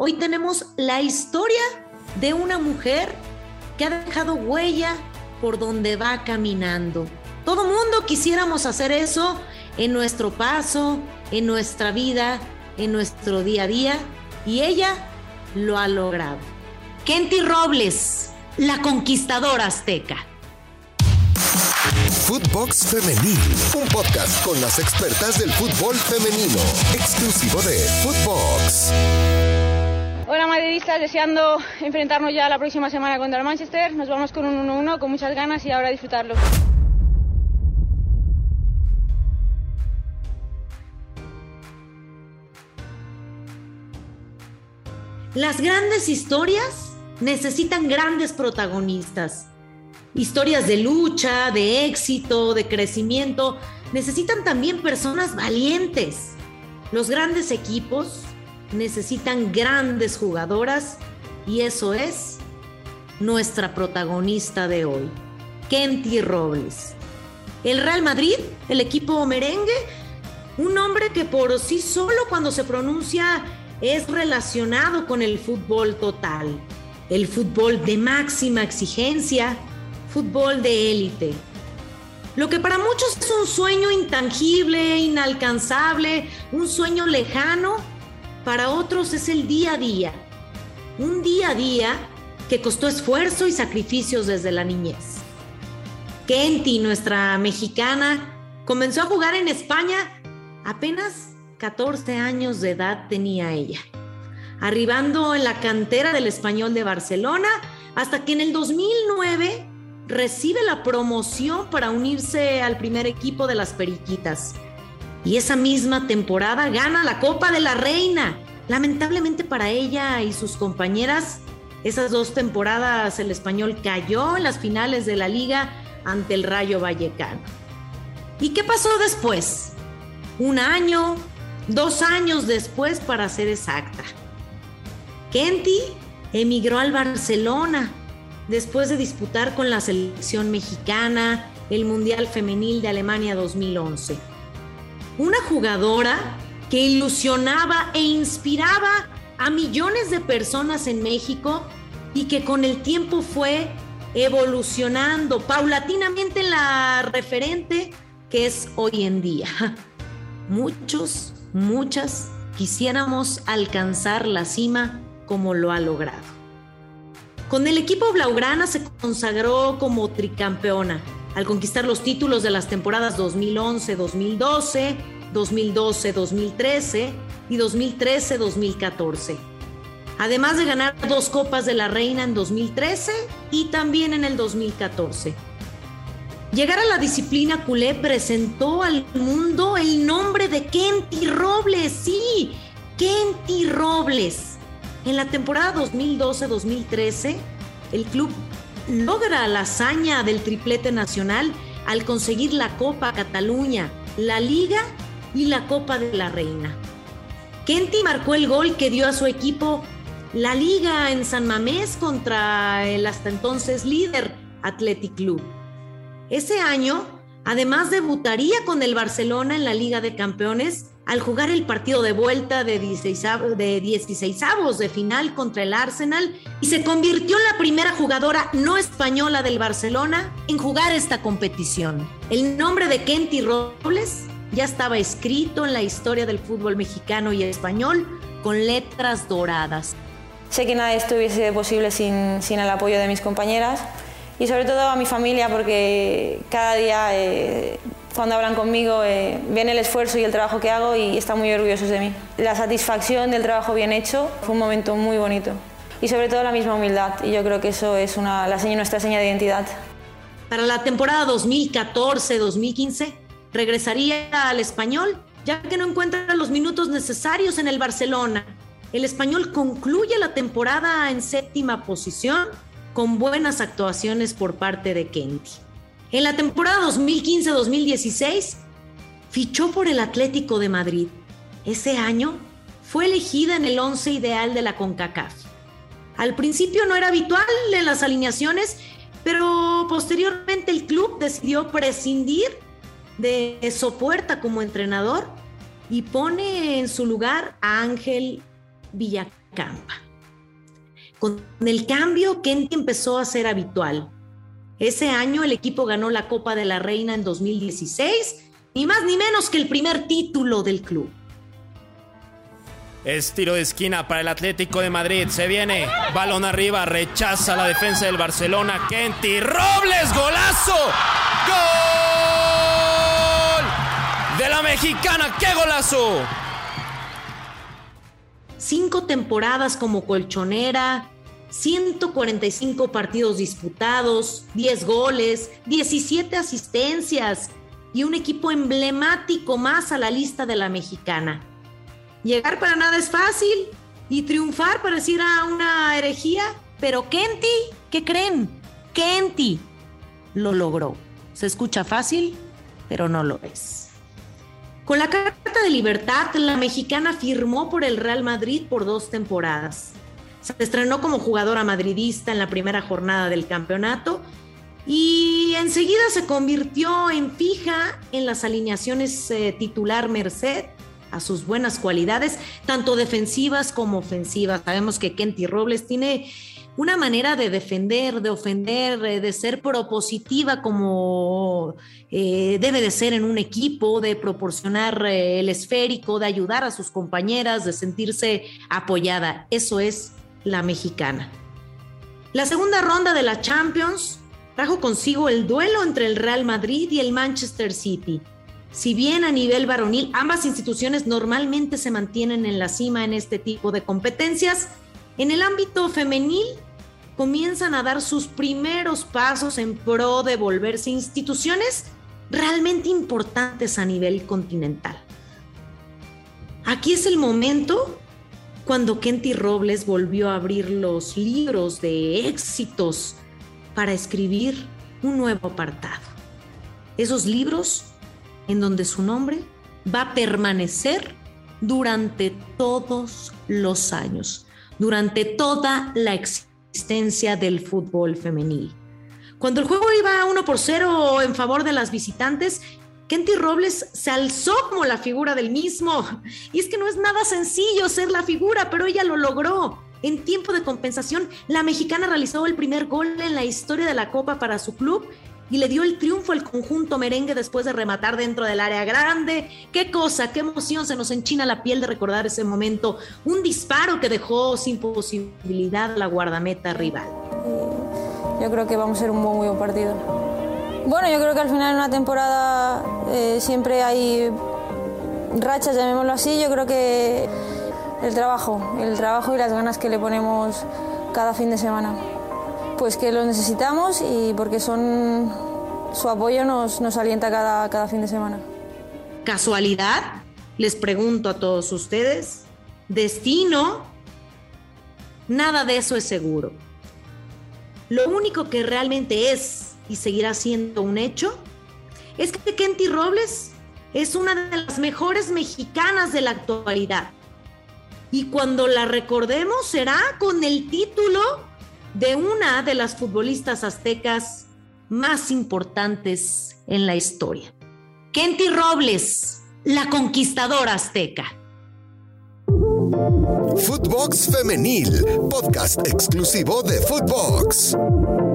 Hoy tenemos la historia de una mujer que ha dejado huella por donde va caminando. Todo mundo quisiéramos hacer eso en nuestro paso, en nuestra vida, en nuestro día a día, y ella lo ha logrado. Kenty Robles, la conquistadora azteca. Footbox Femenil, un podcast con las expertas del fútbol femenino, exclusivo de Footbox. Hola madridistas, deseando enfrentarnos ya la próxima semana contra el Manchester. Nos vamos con un 1-1 con muchas ganas y ahora disfrutarlo. Las grandes historias necesitan grandes protagonistas. Historias de lucha, de éxito, de crecimiento, necesitan también personas valientes. Los grandes equipos necesitan grandes jugadoras y eso es nuestra protagonista de hoy, Kenty Robles. El Real Madrid, el equipo merengue, un nombre que por sí solo cuando se pronuncia es relacionado con el fútbol total, el fútbol de máxima exigencia, fútbol de élite. Lo que para muchos es un sueño intangible, inalcanzable, un sueño lejano, para otros es el día a día. Un día a día que costó esfuerzo y sacrificios desde la niñez. Kenty, nuestra mexicana, comenzó a jugar en España apenas 14 años de edad tenía ella, arribando en la cantera del Español de Barcelona hasta que en el 2009 recibe la promoción para unirse al primer equipo de las Periquitas. Y esa misma temporada gana la Copa de la Reina. Lamentablemente para ella y sus compañeras, esas dos temporadas el Español cayó en las finales de la Liga ante el Rayo Vallecano. ¿Y qué pasó después? 1 año, 2 años después para ser exacta. Kenty emigró al Barcelona después de disputar con la selección mexicana el Mundial Femenil de Alemania 2011. Una jugadora que ilusionaba e inspiraba a millones de personas en México y que con el tiempo fue evolucionando paulatinamente en la referente que es hoy en día. Muchas quisiéramos alcanzar la cima como lo ha logrado. Con el equipo blaugrana se consagró como tricampeona al conquistar los títulos de las temporadas 2011-2012, 2012-2013 y 2013-2014. Además de ganar 2 Copas de la Reina en 2013 y también en el 2014. Llegar a la disciplina culé presentó al mundo el nombre de Kenty Robles. Sí, Kenty Robles. En la temporada 2012-2013, el club logra la hazaña del triplete nacional al conseguir la Copa Cataluña, la Liga y la Copa de la Reina. Kenty marcó el gol que dio a su equipo la Liga en San Mamés contra el hasta entonces líder Athletic Club. Ese año, además debutaría con el Barcelona en la Liga de Campeones al jugar el partido de vuelta de 16avos de final contra el Arsenal y se convirtió en la primera jugadora no española del Barcelona en jugar esta competición. El nombre de Kenty Robles ya estaba escrito en la historia del fútbol mexicano y español con letras doradas. Sé que nada de esto hubiese sido posible sin el apoyo de mis compañeras y sobre todo a mi familia, porque cada día cuando hablan conmigo ven el esfuerzo y el trabajo que hago y están muy orgullosos de mí. La satisfacción del trabajo bien hecho fue un momento muy bonito y sobre todo la misma humildad, y yo creo que eso es nuestra seña de identidad. Para la temporada 2014-2015 regresaría al Español, ya que no encuentra los minutos necesarios en el Barcelona. El Español concluye la temporada en 7ª posición con buenas actuaciones por parte de Kenty. En la temporada 2015-2016 fichó por el Atlético de Madrid. Ese año fue elegida en el 11 ideal de la CONCACAF. Al principio no era habitual en las alineaciones, pero posteriormente el club decidió prescindir de Sopuerta como entrenador y pone en su lugar a Ángel Villacampa. Con el cambio, Kenty empezó a ser habitual. Ese año el equipo ganó la Copa de la Reina en 2016, ni más ni menos que el primer título del club. Es tiro de esquina para el Atlético de Madrid. Se viene, balón arriba, rechaza la defensa del Barcelona. Kenty Robles, golazo. ¡Gol! De la mexicana, ¡qué golazo! 5 temporadas como colchonera, 145 partidos disputados, 10 goles, 17 asistencias y un equipo emblemático más a la lista de la mexicana. Llegar para nada es fácil y triunfar pareciera una herejía, pero Kenty, ¿qué creen? Kenty lo logró. Se escucha fácil, pero no lo es. Con la Carta de Libertad, la mexicana firmó por el Real Madrid por 2 temporadas. Se estrenó como jugadora madridista en la primera jornada del campeonato y enseguida se convirtió en fija en las alineaciones titular merced a sus buenas cualidades, tanto defensivas como ofensivas. Sabemos que Kenty Robles tiene una manera de defender, de ofender, de ser propositiva como debe de ser en un equipo, de proporcionar el esférico, de ayudar a sus compañeras, de sentirse apoyada. Eso es la mexicana. La segunda ronda de la Champions trajo consigo el duelo entre el Real Madrid y el Manchester City. Si bien a nivel varonil ambas instituciones normalmente se mantienen en la cima en este tipo de competencias, en el ámbito femenil comienzan a dar sus primeros pasos en pro de volverse instituciones realmente importantes a nivel continental. Aquí es el momento cuando Kenty Robles volvió a abrir los libros de éxitos para escribir un nuevo apartado. Esos libros en donde su nombre va a permanecer durante todos los años, durante toda la existencia del fútbol femenil. Cuando el juego iba 1-0 en favor de las visitantes, Kenty Robles se alzó como la figura del mismo. Y es que no es nada sencillo ser la figura, pero ella lo logró. En tiempo de compensación, la mexicana realizó el primer gol en la historia de la Copa para su club y le dio el triunfo al conjunto merengue después de rematar dentro del área grande. ¡Qué cosa, qué emoción! Se nos enchina la piel de recordar ese momento. Un disparo que dejó sin posibilidad a la guardameta rival. Yo creo que vamos a ser un muy buen partido. Bueno, yo creo que al final de una temporada siempre hay rachas, llamémoslo así. Yo creo que el trabajo y las ganas que le ponemos cada fin de semana, pues que lo necesitamos y porque su apoyo nos alienta cada fin de semana. ¿Casualidad? Les pregunto a todos ustedes. ¿Destino? Nada de eso es seguro. Lo único que realmente es y seguirá siendo un hecho es que Kenty Robles es una de las mejores mexicanas de la actualidad. Y cuando la recordemos será con el título de una de las futbolistas aztecas más importantes en la historia. Kenty Robles, la conquistadora azteca. Footbox Femenil, podcast exclusivo de Footbox.